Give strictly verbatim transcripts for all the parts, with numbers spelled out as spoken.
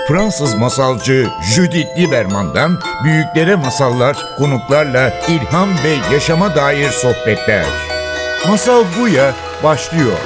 Fransız masalcı Judith Lieberman'dan büyüklere masallar, konuklarla ilham ve yaşama dair sohbetler. Masal Buya başlıyor.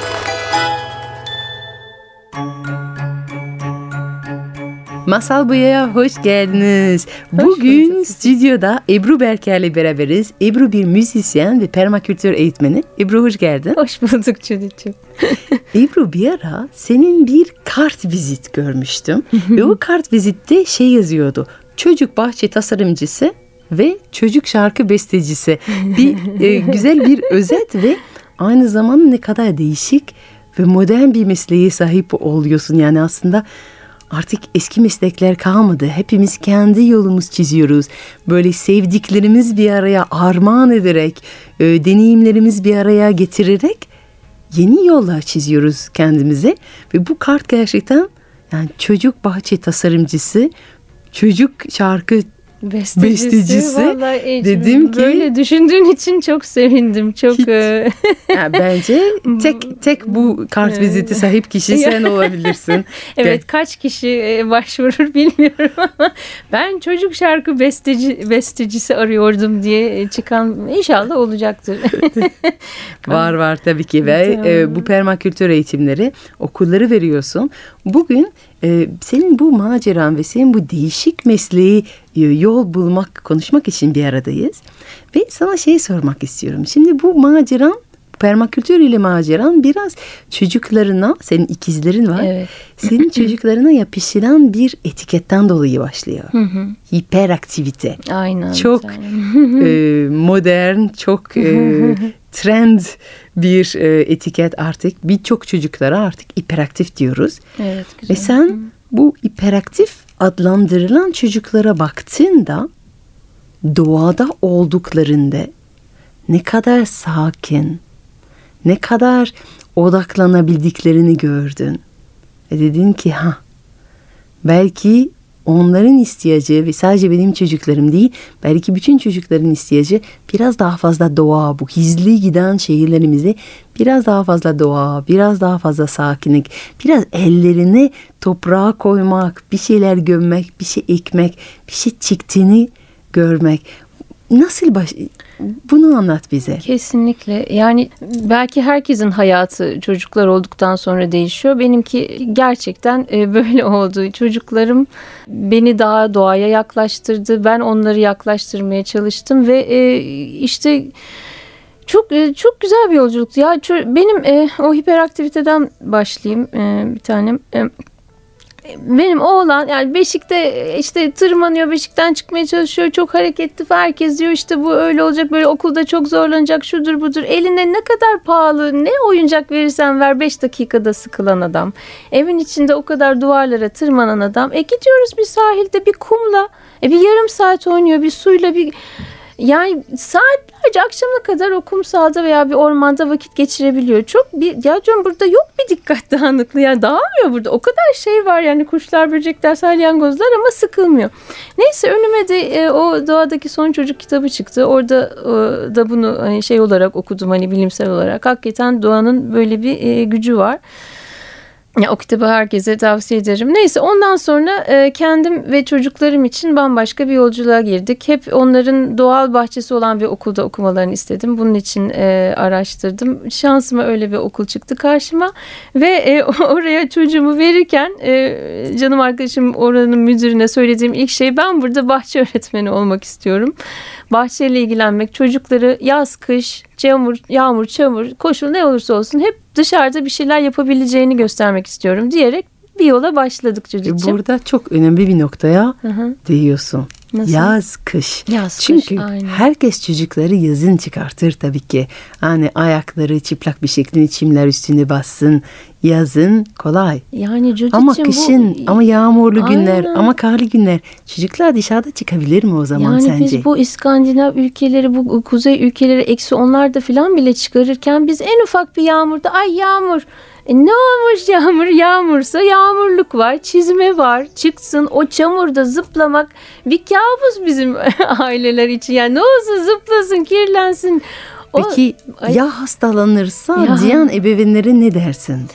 Masal Buya'ya hoş geldiniz. Hoş Bugün bulduk. stüdyoda Ebru Berker'le beraberiz. Ebru bir müzisyen ve permakültür eğitmeni. Ebru hoş geldin. Hoş bulduk Judith'ciğim. Ebru, bir ara senin bir kart vizit görmüştüm. Ve o kart vizitte şey yazıyordu. Çocuk bahçe tasarımcısı ve çocuk şarkı bestecisi. Bir e, güzel bir özet ve aynı zamanda ne kadar değişik ve modern bir mesleğe sahip oluyorsun. Yani aslında artık eski meslekler kalmadı. Hepimiz kendi yolumuzu çiziyoruz. Böyle sevdiklerimiz bir araya armağan ederek, e, deneyimlerimiz bir araya getirerek yeni yollar çiziyoruz kendimize. Ve bu kart gerçekten yani çocuk bahçe tasarımcısı, çocuk şarkı Bestecisi. bestecisi. Vallahi Dedim ki böyle düşündüğün için çok sevindim. Çok Hiç. e... yani bence tek tek bu kart viziti sahip kişi sen olabilirsin. Evet, kaç kişi e, başvurur bilmiyorum ama ben çocuk şarkı besteci bestecisi arıyordum diye çıkan inşallah olacaktır. Var var tabii ki ve Tamam. e, bu permakültür eğitimleri, okulları veriyorsun. Bugün e, senin bu maceran ve senin bu değişik mesleği e, yol bulmak, konuşmak için bir aradayız. Ve sana şey sormak istiyorum. Şimdi bu maceran, permakültür ile maceran biraz çocuklarına, senin ikizlerin var. Evet. Senin çocuklarına yapışılan bir etiketten dolayı başlıyor. Hı hı. Hiperaktivite. Aynen. Çok e, modern, çok e, trend bir e, etiket artık. Birçok çocuklara artık hiperaktif diyoruz. Evet, güzel. Ve sen bu hiperaktif adlandırılan çocuklara baktığında doğada olduklarında ne kadar sakin, ne kadar odaklanabildiklerini gördün. Ve dedin ki ha belki onların ihtiyacı ve sadece benim çocuklarım değil, belki bütün çocukların ihtiyacı biraz daha fazla doğa, bu hızlı giden şehirlerimize biraz daha fazla doğa, biraz daha fazla sakinlik, biraz ellerini toprağa koymak, bir şeyler gömmek, bir şey ekmek, bir şey çıktığını görmek. Nasıl baş... Bunu anlat bize. Kesinlikle. Yani belki herkesin hayatı çocuklar olduktan sonra değişiyor. Benimki gerçekten böyle oldu. Çocuklarım beni daha doğaya yaklaştırdı. Ben onları yaklaştırmaya çalıştım ve işte çok çok güzel bir yolculuktu. Ya benim o hiperaktiviteden başlayayım bir tanem. Benim oğlan yani beşikte işte tırmanıyor, beşikten çıkmaya çalışıyor, çok hareketli, herkes diyor işte bu öyle olacak, böyle okulda çok zorlanacak, şudur budur. Eline ne kadar pahalı ne oyuncak verirsen ver, beş dakikada sıkılan adam. Evin içinde o kadar duvarlara tırmanan adam. E gidiyoruz bir sahilde bir kumla, e bir yarım saat oynuyor, bir suyla, bir yani saatlerce akşama kadar o kumsalda veya bir ormanda vakit geçirebiliyor. Çok bir ya diyorum burada yok bir dikkat dağınıklığı, yani dağılmıyor burada. O kadar şey var yani, kuşlar, böcekler, salyangozlar, ama sıkılmıyor. Neyse önüme de e, o doğadaki son çocuk kitabı çıktı. Orada e, da bunu hani şey olarak okudum, hani bilimsel olarak. Hakikaten doğanın böyle bir e, gücü var. Ya, o kitabı herkese tavsiye ederim. Neyse ondan sonra e, kendim ve çocuklarım için bambaşka bir yolculuğa girdik. Hep onların doğal bahçesi olan bir okulda okumalarını istedim. Bunun için e, araştırdım. Şansıma öyle bir okul çıktı karşıma. Ve e, oraya çocuğumu verirken e, canım arkadaşım oranın müdürüne söylediğim ilk şey, ben burada bahçe öğretmeni olmak istiyorum. Bahçeyle ilgilenmek, çocukları yaz, kış, yağmur, yağmur, çamur, koşul ne olursa olsun hep dışarıda bir şeyler yapabileceğini göstermek istiyorum diyerek bir yola başladık çocukçum. Burada çok önemli bir noktaya Hı hı. değiyorsun. Nasıl? Yaz, kış. Yaz, Çünkü kış, aynen. herkes çocukları yazın çıkartır tabii ki. Hani ayakları çıplak bir şekilde çimler üstüne bassın. Yazın kolay. Yani Judith'cim, ama kışın, bu... ama yağmurlu Aynen. günler, ama karlı günler. Çocuklar dışarıda çıkabilir mi o zaman yani sence? biz bu İskandinav ülkeleri, bu kuzey ülkeleri eksi onlarda falan bile çıkarırken biz en ufak bir yağmurda ay yağmur. E ne olmuş yağmur? Yağmursa yağmurluk var, çizme var, çıksın. O çamurda zıplamak bir kabus bizim aileler için. Yani ne olsun, zıplasın, kirlensin. O, Peki ay, ya hastalanırsa ya. diyen ebeveynlere ne dersin?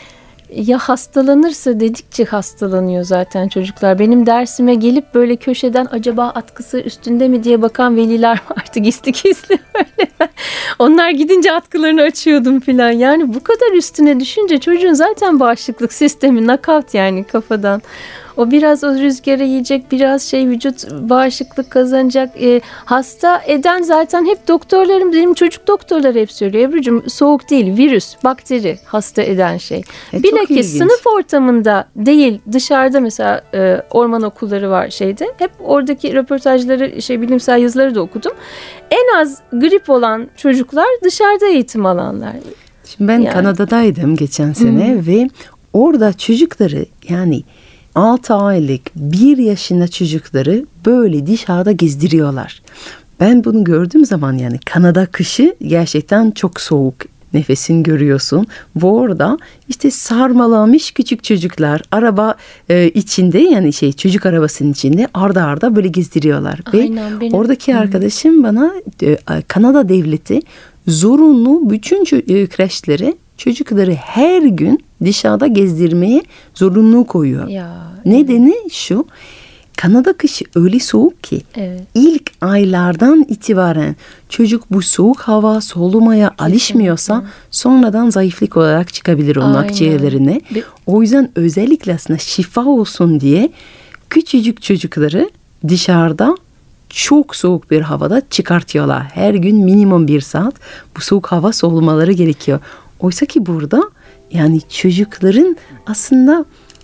Ya hastalanırsa dedikçe hastalanıyor zaten çocuklar. Benim dersime gelip böyle köşeden acaba atkısı üstünde mi diye bakan veliler vardı gizli gizli böyle. Onlar gidince atkılarını açıyordum falan. Yani bu kadar üstüne düşünce çocuğun zaten bağışıklık sistemi knockout yani kafadan. O biraz o rüzgarı yiyecek, biraz şey vücut bağışıklık kazanacak. E, hasta eden zaten hep doktorlarım, benim çocuk doktorları hep söylüyor. Ebru'cum soğuk değil, virüs, bakteri hasta eden şey. E, Bilakis sınıf ortamında değil, dışarıda mesela e, orman okulları var şeyde. Hep oradaki röportajları, şey bilimsel yazıları da okudum. En az grip olan çocuklar dışarıda eğitim alanlar. Şimdi ben Yani. Kanada'daydım geçen sene hmm. ve orada çocukları yani altı aylık bir yaşında çocukları böyle dışarıda gezdiriyorlar. Ben bunu gördüğüm zaman yani Kanada kışı gerçekten çok soğuk. Nefesini görüyorsun. Bu orada işte sarmalamış küçük çocuklar araba e, içinde yani şey çocuk arabasının içinde arda arda böyle gezdiriyorlar. Aynen, ve benim. oradaki hmm. arkadaşım bana e, Kanada devleti zorunlu bütün e, kreşleri çocukları her gün dışarıda gezdirmeye zorunlu koyuyor. Ya, Nedeni evet. şu, Kanada kışı öyle soğuk ki evet. ilk aylardan itibaren çocuk bu soğuk hava solumaya Kesinlikle. alışmıyorsa sonradan zayıflık olarak çıkabilir onun Aynen. akciğerlerine. Bir... O yüzden özellikle aslında şifa olsun diye küçücük çocukları dışarıda çok soğuk bir havada çıkartıyorlar. Her gün minimum bir saat bu soğuk hava solumaları gerekiyor. Oysa ki burada yani çocukların aslında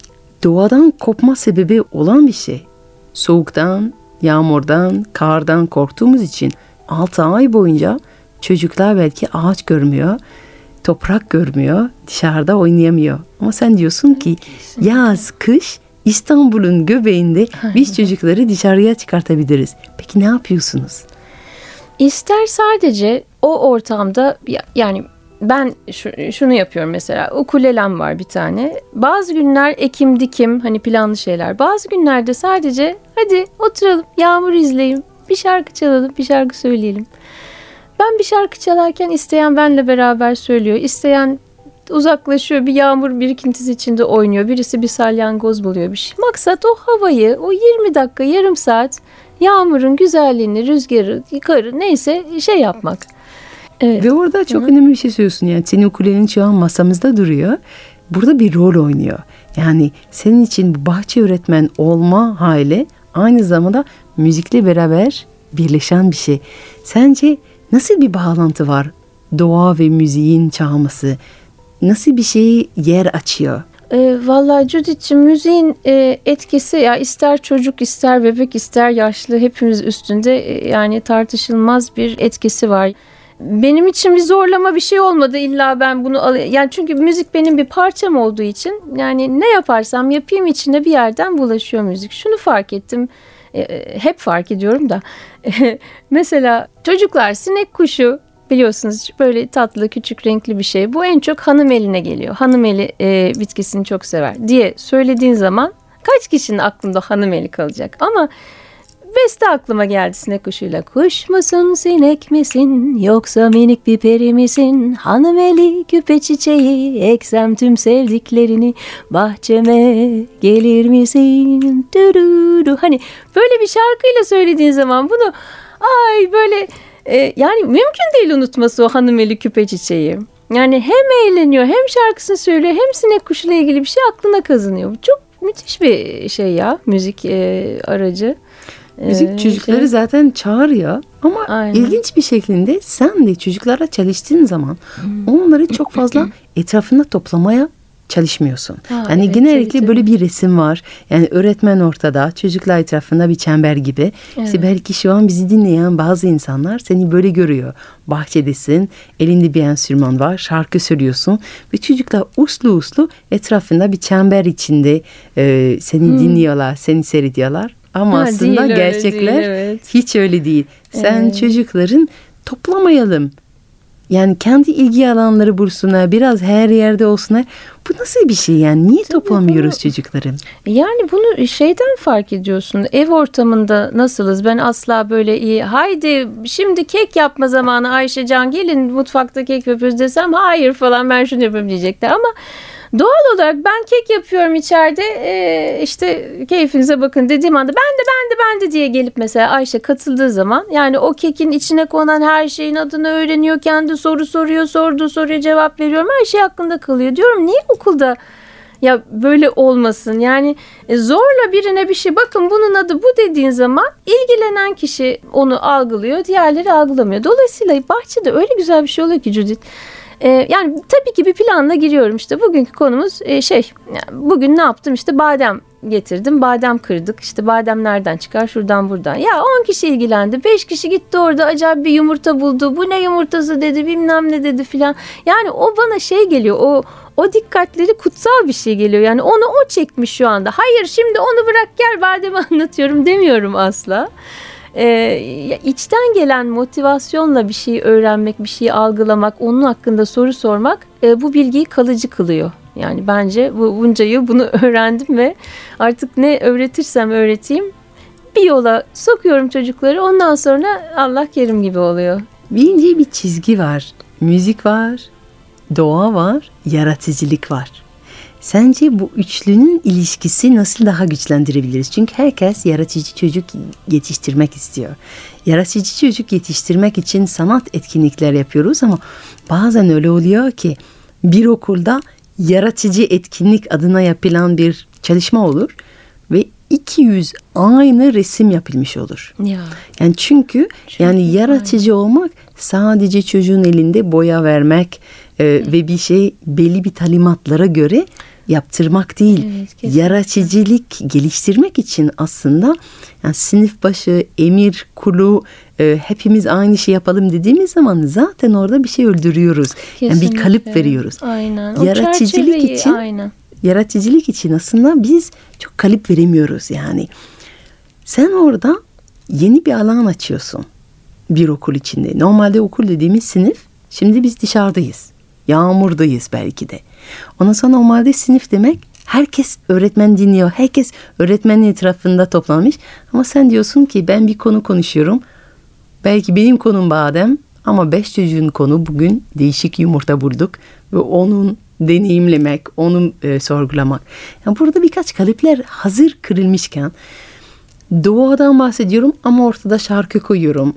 doğadan kopma sebebi olan bir şey. Soğuktan, yağmurdan, kardan korktuğumuz için altı ay boyunca çocuklar belki ağaç görmüyor, toprak görmüyor, dışarıda oynayamıyor. Ama sen diyorsun ki yaz, kış İstanbul'un göbeğinde biz çocukları dışarıya çıkartabiliriz. Peki ne yapıyorsunuz? İster sadece o ortamda yani ben şunu yapıyorum mesela, ukulelem var bir tane. Bazı günler ekim dikim hani planlı şeyler. Bazı günlerde sadece hadi oturalım, yağmur izleyelim, bir şarkı çalalım, bir şarkı söyleyelim. Ben bir şarkı çalarken isteyen benle beraber söylüyor. İsteyen uzaklaşıyor, bir yağmur birikintisi içinde oynuyor. Birisi bir salyangoz buluyor bir şey. Maksat o havayı, o yirmi dakika, yarım saat yağmurun güzelliğini, rüzgarı, karı neyse şey yapmak. Evet. Ve orada çok Hı. önemli bir şey söylüyorsun. Yani senin ukulelenin şu an masamızda duruyor. Burada bir rol oynuyor. Yani senin için bu bahçe öğretmen olma hali aynı zamanda müzikle beraber birleşen bir şey. Sence nasıl bir bağlantı var doğa ve müziğin çalması? Nasıl bir şey yer açıyor? E, vallahi Judith'ciğim müziğin e, etkisi ya ister çocuk ister bebek ister yaşlı hepimiz üstünde e, yani tartışılmaz bir etkisi var. Benim için bir zorlama bir şey olmadı illa ben bunu al- yani çünkü müzik benim bir parçam olduğu için yani ne yaparsam yapayım içine bir yerden bulaşıyor müzik. Şunu fark ettim e, hep fark ediyorum da mesela çocuklar sinek kuşu biliyorsunuz böyle tatlı küçük renkli bir şey, bu en çok hanım eline geliyor, hanım eli e, bitkisini çok sever diye söylediğin zaman kaç kişinin aklında hanım eli kalacak ama beste aklıma geldi sinek kuşuyla. Kuş musun sinek misin yoksa minik bir peri misin? Hanım eli küpe çiçeği eksem tüm sevdiklerini bahçeme gelir misin? Du-du-du. Hani böyle bir şarkıyla söylediğin zaman bunu ay böyle e, yani mümkün değil unutması o hanım eli küpe çiçeği. Yani hem eğleniyor hem şarkısını söylüyor hem sinek kuşuyla ilgili bir şey aklına kazınıyor. Bu çok müthiş bir şey ya müzik e, aracı. Müzik çocukları şey. zaten çağırıyor ama Aynen. ilginç bir şekilde sen de çocuklara çalıştığın zaman hmm. onları çok fazla etrafında toplamaya çalışmıyorsun. Ha, yani evet, genellikle evet, böyle evet. bir resim var. Yani öğretmen ortada, çocuklar etrafında bir çember gibi. Evet. İşte belki şu an bizi dinleyen bazı insanlar seni böyle görüyor. Bahçedesin, elinde bir enstrüman var, şarkı söylüyorsun ve çocuklar uslu uslu etrafında bir çember içinde e, seni hmm. dinliyorlar, seni seyrediyorlar. Ama ha, aslında değil, gerçekler değil, evet. hiç öyle değil. Sen evet. çocukların toplamayalım. Yani kendi ilgi alanları bulsunlar, biraz her yerde olsunlar. Bu nasıl bir şey yani? Niye Tabii toplamıyoruz bunu, çocukları? Yani bunu şeyden fark ediyorsun. Ev ortamında nasılız? Ben asla böyle iyi, haydi şimdi kek yapma zamanı Ayşecan gelin mutfakta kek yapıyoruz desem hayır falan ben şunu yapayım diyecekler. Ama Doğal olarak ben kek yapıyorum içeride, e, işte keyfinize bakın dediğim anda ben de ben de ben de diye gelip mesela Ayşe katıldığı zaman, yani o kekin içine konan her şeyin adını öğreniyor, kendi soru soruyor, sorduğu soruya cevap veriyorum, her şey hakkında kalıyor. Diyorum niye okulda ya böyle olmasın? Yani e, zorla birine bir şey, bakın bunun adı bu dediğin zaman ilgilenen kişi onu algılıyor, diğerleri algılamıyor. Dolayısıyla bahçede öyle güzel bir şey oluyor ki Judith. Ee, yani tabii ki bir planla giriyorum, işte bugünkü konumuz e, şey yani bugün ne yaptım, işte badem getirdim, badem kırdık, işte badem nereden çıkar, şuradan buradan. Ya on kişi ilgilendi, beş kişi gitti orada acayip bir yumurta buldu, bu ne yumurtası dedi, bilmem ne dedi filan. Yani o bana şey geliyor, o o dikkatleri kutsal bir şey geliyor, yani onu o çekmiş şu anda. Hayır şimdi onu bırak gel bademi anlatıyorum demiyorum asla. Ee, içten gelen motivasyonla bir şeyi öğrenmek, bir şeyi algılamak, onun hakkında soru sormak e, bu bilgiyi kalıcı kılıyor. Yani bence bu bunca yıl bunu öğrendim ve artık ne öğretirsem öğreteyim bir yola sokuyorum çocukları. Ondan sonra Allah kerim gibi oluyor. Bir bir çizgi var. Müzik var, doğa var, yaratıcılık var. Sence bu üçlünün ilişkisi nasıl daha güçlendirebiliriz? Çünkü herkes yaratıcı çocuk yetiştirmek istiyor. Yaratıcı çocuk yetiştirmek için sanat etkinlikler yapıyoruz ama bazen öyle oluyor ki bir okulda yaratıcı etkinlik adına yapılan bir çalışma olur ve iki yüz aynı resim yapılmış olur. Ya. Yani çünkü çok yani yaratıcı olmak sadece çocuğun elinde boya vermek e, ve bir şey belli bir talimatlara göre yaptırmak değil. Evet, yaratıcılık geliştirmek için aslında yani sınıf başı, emir kulu, e, hepimiz aynı şey yapalım dediğimiz zaman zaten orada bir şey öldürüyoruz. Kesinlikle. Yani bir kalıp veriyoruz. Aynen. O yaratıcılık için aynen. Yaratıcılık için aslında biz çok kalıp veremiyoruz yani. Sen orada yeni bir alan açıyorsun bir okul içinde. Normalde okul dediğimiz sınıf, şimdi biz dışarıdayız. Yağmurdayız belki de. Ondan sonra normalde sınıf demek herkes öğretmen dinliyor. Herkes öğretmenin etrafında toplanmış. Ama sen diyorsun ki ben bir konu konuşuyorum. Belki benim konum badem ama beş çocuğun konu bugün değişik yumurta bulduk. Ve onun deneyimlemek, onu e, sorgulamak. Yani burada birkaç kalıplar hazır kırılmışken doğadan bahsediyorum ama ortada şarkı koyuyorum.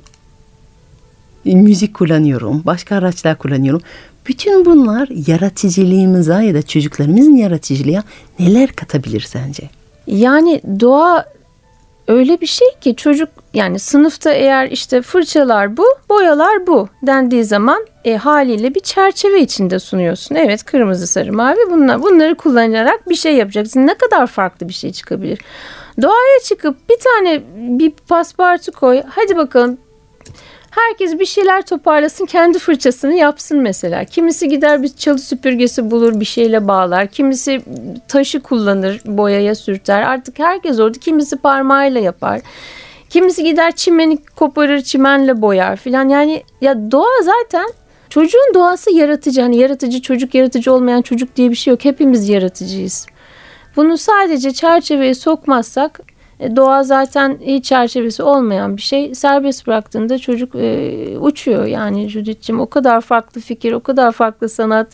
Müzik kullanıyorum. Başka araçlar kullanıyorum. Bütün bunlar yaratıcılığımıza ya da çocuklarımızın yaratıcılığa neler katabilir sence? Yani doğa öyle bir şey ki çocuk, yani sınıfta eğer işte fırçalar bu, boyalar bu dendiği zaman e, haliyle bir çerçeve içinde sunuyorsun. Evet, kırmızı, sarı, mavi, bunlar, bunları kullanarak bir şey yapacaksın. Ne kadar farklı bir şey çıkabilir? Doğaya çıkıp bir tane bir paspartu koy. Hadi bakalım. Herkes bir şeyler toparlasın, kendi fırçasını yapsın mesela. Kimisi gider bir çalı süpürgesi bulur, bir şeyle bağlar. Kimisi taşı kullanır, boyaya sürter. Artık herkes orada. Kimisi parmağıyla yapar. Kimisi gider çimeni koparır, çimenle boyar filan. Yani ya doğa zaten, çocuğun doğası yaratıcı. Hani yaratıcı çocuk, yaratıcı olmayan çocuk diye bir şey yok. Hepimiz yaratıcıyız. Bunu sadece çerçeveye sokmazsak, doğa zaten hiç çerçevesi olmayan bir şey. Serbest bıraktığında çocuk e, uçuyor. Yani Judith'ciğim, o kadar farklı fikir, o kadar farklı sanat,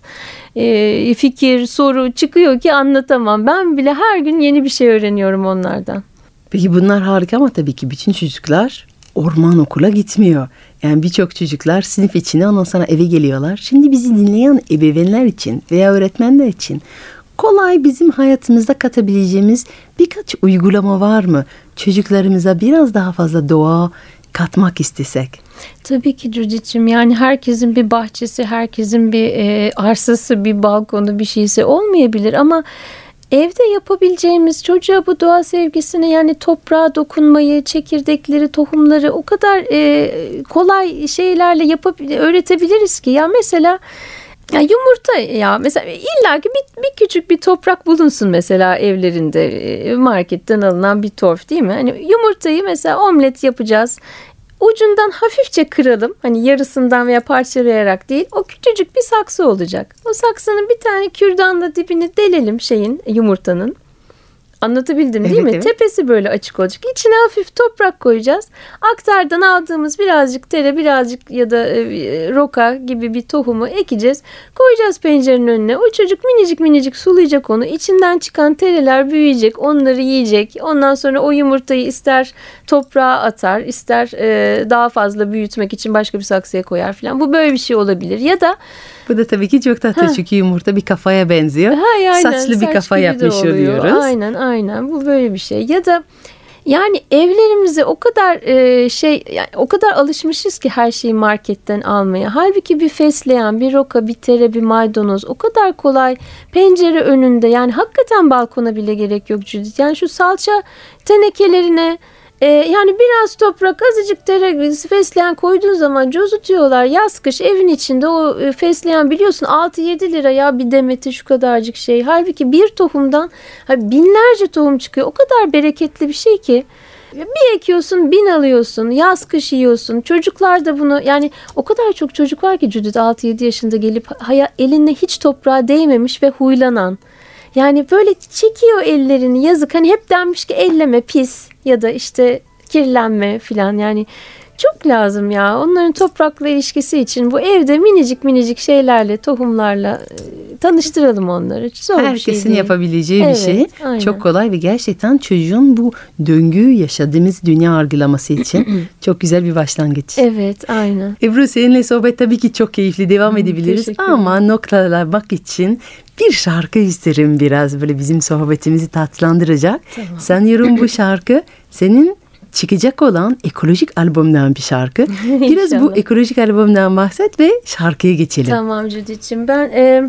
e, fikir, soru çıkıyor ki anlatamam. Ben bile her gün yeni bir şey öğreniyorum onlardan. Peki bunlar harika ama tabii ki bütün çocuklar orman okula gitmiyor. Yani birçok çocuklar sınıf içine, ondan sonra eve geliyorlar. Şimdi bizi dinleyen ebeveynler için veya öğretmenler için kolay bizim hayatımızda katabileceğimiz birkaç uygulama var mı? Çocuklarımıza biraz daha fazla doğa katmak istesek. Tabii ki Judith'ciğim, yani herkesin bir bahçesi, herkesin bir e, arsası, bir balkonu, bir şeysi olmayabilir ama evde yapabileceğimiz, çocuğa bu doğa sevgisini, yani toprağa dokunmayı, çekirdekleri, tohumları o kadar e, kolay şeylerle yapıp öğretebiliriz ki. Ya mesela ya yumurta, ya mesela illaki bir, bir küçük bir toprak bulunsun mesela evlerinde, marketten alınan bir torf, değil mi? Hani yumurtayı mesela omlet yapacağız. Ucundan hafifçe kıralım. Hani yarısından veya parçalayarak değil. O küçücük bir saksı olacak. O saksının bir tane kürdanla dibini delelim şeyin, yumurtanın. Anlatabildim değil Evet, mi? evet. Tepesi böyle açık olacak. İçine hafif toprak koyacağız. Aktardan aldığımız birazcık tere, birazcık ya da e, roka gibi bir tohumu ekeceğiz. Koyacağız pencerenin önüne. O çocuk minicik minicik sulayacak onu. İçinden çıkan tereler büyüyecek. Onları yiyecek. Ondan sonra o yumurtayı ister toprağa atar, ister e, daha fazla büyütmek için başka bir saksıya koyar falan. Bu böyle bir şey olabilir. Ya da Bu da tabii ki çok tatlı Ha. çünkü yumurta bir kafaya benziyor. Ha, aynen. Saçlı bir Saç kafa gibi de yapmış oluyor. oluyoruz. Aynen aynen bu böyle bir şey. Ya da yani evlerimize o kadar e, şey yani o kadar alışmışız ki her şeyi marketten almaya. Halbuki bir fesleğen, bir roka, bir tere, bir maydanoz o kadar kolay pencere önünde. Yani hakikaten balkona bile gerek yok Judith. Yani şu salça tenekelerine Ee, yani biraz toprak, azıcık tere, fesleğen koyduğun zaman cozutuyorlar. Yaz kış evin içinde o e, fesleğen biliyorsun altı yedi lira ya bir demeti şu kadarcık şey. Halbuki bir tohumdan ha, binlerce tohum çıkıyor. O kadar bereketli bir şey ki. Bir ekiyorsun, bin alıyorsun. Yaz kış yiyorsun. Çocuklar da bunu yani o kadar çok çocuk var ki Judith altı yedi yaşında gelip haya, eline hiç toprağa değmemiş ve huylanan. Yani böyle çekiyor ellerini yazık. Hani hep denmiş ki elleme pis ya da işte kirlenme falan yani çok lazım ya. Onların toprakla ilişkisi için bu evde minicik minicik şeylerle, tohumlarla e, tanıştıralım onları. Zor bir şey Herkesin değil. yapabileceği Evet, bir şey. aynen. Çok kolay ve gerçekten çocuğun bu döngüyü yaşadığımız dünya algılaması için çok güzel bir başlangıç. Evet, aynen. Ebru seninle sohbet tabii ki çok keyifli devam edebiliriz teşekkür ama noktalamak için bir şarkı isterim biraz böyle bizim sohbetimizi tatlandıracak. Tamam. Sanıyorum bu şarkı senin çıkacak olan ekolojik albümden bir şarkı. Biraz bu İnşallah. ekolojik albümden bahset ve şarkıya geçelim. Tamam Judith'ciğim. Ben e,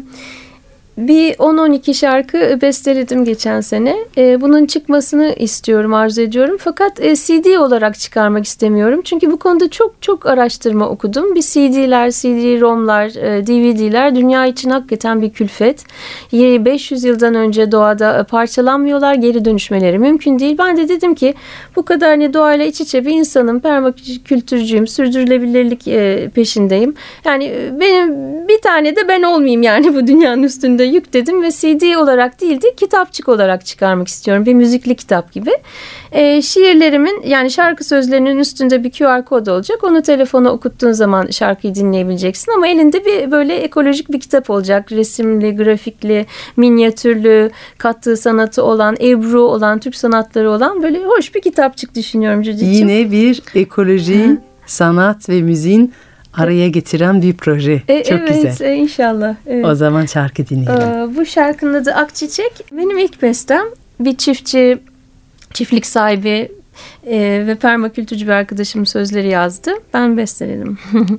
bir on on iki şarkı besteledim geçen sene. E, bunun çıkmasını istiyorum, arzu ediyorum. Fakat e, C D olarak çıkarmak istemiyorum. Çünkü bu konuda çok çok araştırma okudum. Bir C D'ler, C D-ROM'lar, e, D V D'ler dünya için hakikaten bir külfet. beş yüz yıldan önce doğada parçalanmıyorlar. Geri dönüşmeleri mümkün değil. Ben de dedim ki bu kadar hani doğayla iç içe bir insanım. Permakültürcüyüm. Sürdürülebilirlik e, peşindeyim. Yani e, benim bir tane de ben olmayayım yani bu dünyanın üstünde yükledim ve C D olarak değil de kitapçık olarak çıkarmak istiyorum. Bir müzikli kitap gibi. E, şiirlerimin yani şarkı sözlerinin üstünde bir Q R kod olacak. Onu telefona okuttuğun zaman şarkıyı dinleyebileceksin ama elinde bir böyle ekolojik bir kitap olacak. Resimli, grafikli, minyatürlü, kattığı sanatı olan, ebru olan, Türk sanatları olan böyle hoş bir kitapçık düşünüyorum Judith'ciğim. Yine bir ekoloji, Hı. sanat ve müziğin araya getiren bir proje. E, Çok evet, güzel. Evet inşallah. Evet. O zaman şarkı dinleyelim. Ee, bu şarkının adı Akçiçek. Benim ilk bestem. Bir çiftçi, çiftlik sahibi e, ve permakültürcü bir arkadaşımın sözleri yazdı. Ben besteledim.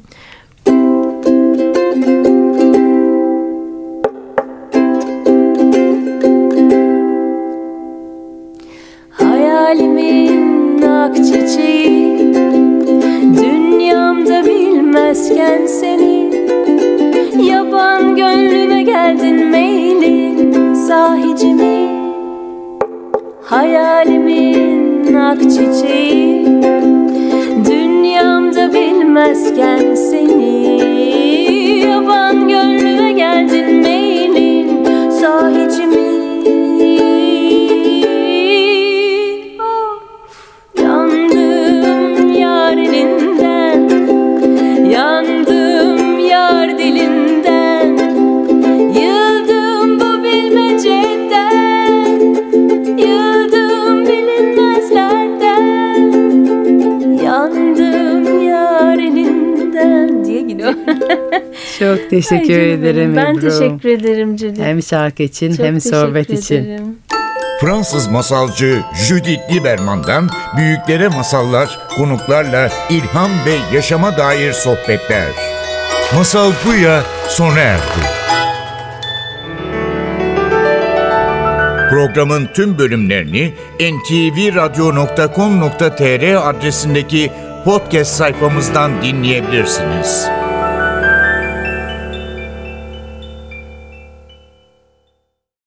Hayalimin akçiçeği, dünyamda bilmezken seni, yaban gönlüme geldin meylin sahicimi. Hayalimin akçiçeği, dünyamda bilmezken seni, yaban gönlüme geldin meylin sahicimi. Yandım yar dilinden, yıldım bu bilmeceden, yıldım bilinmezlerden, yandım yar elinden diye gidiyor. Çok teşekkür Ay, ederim Ben Ebru. teşekkür ederim Judith. Hem şarkı için Çok hem sohbet teşekkür için. ederim. Fransız masalcı Judith Lieberman'dan büyüklere masallar, konuklarla ilham ve yaşama dair sohbetler. Masal Buya sona erdi. Programın tüm bölümlerini en te ve radyo nokta com nokta tr adresindeki podcast sayfamızdan dinleyebilirsiniz.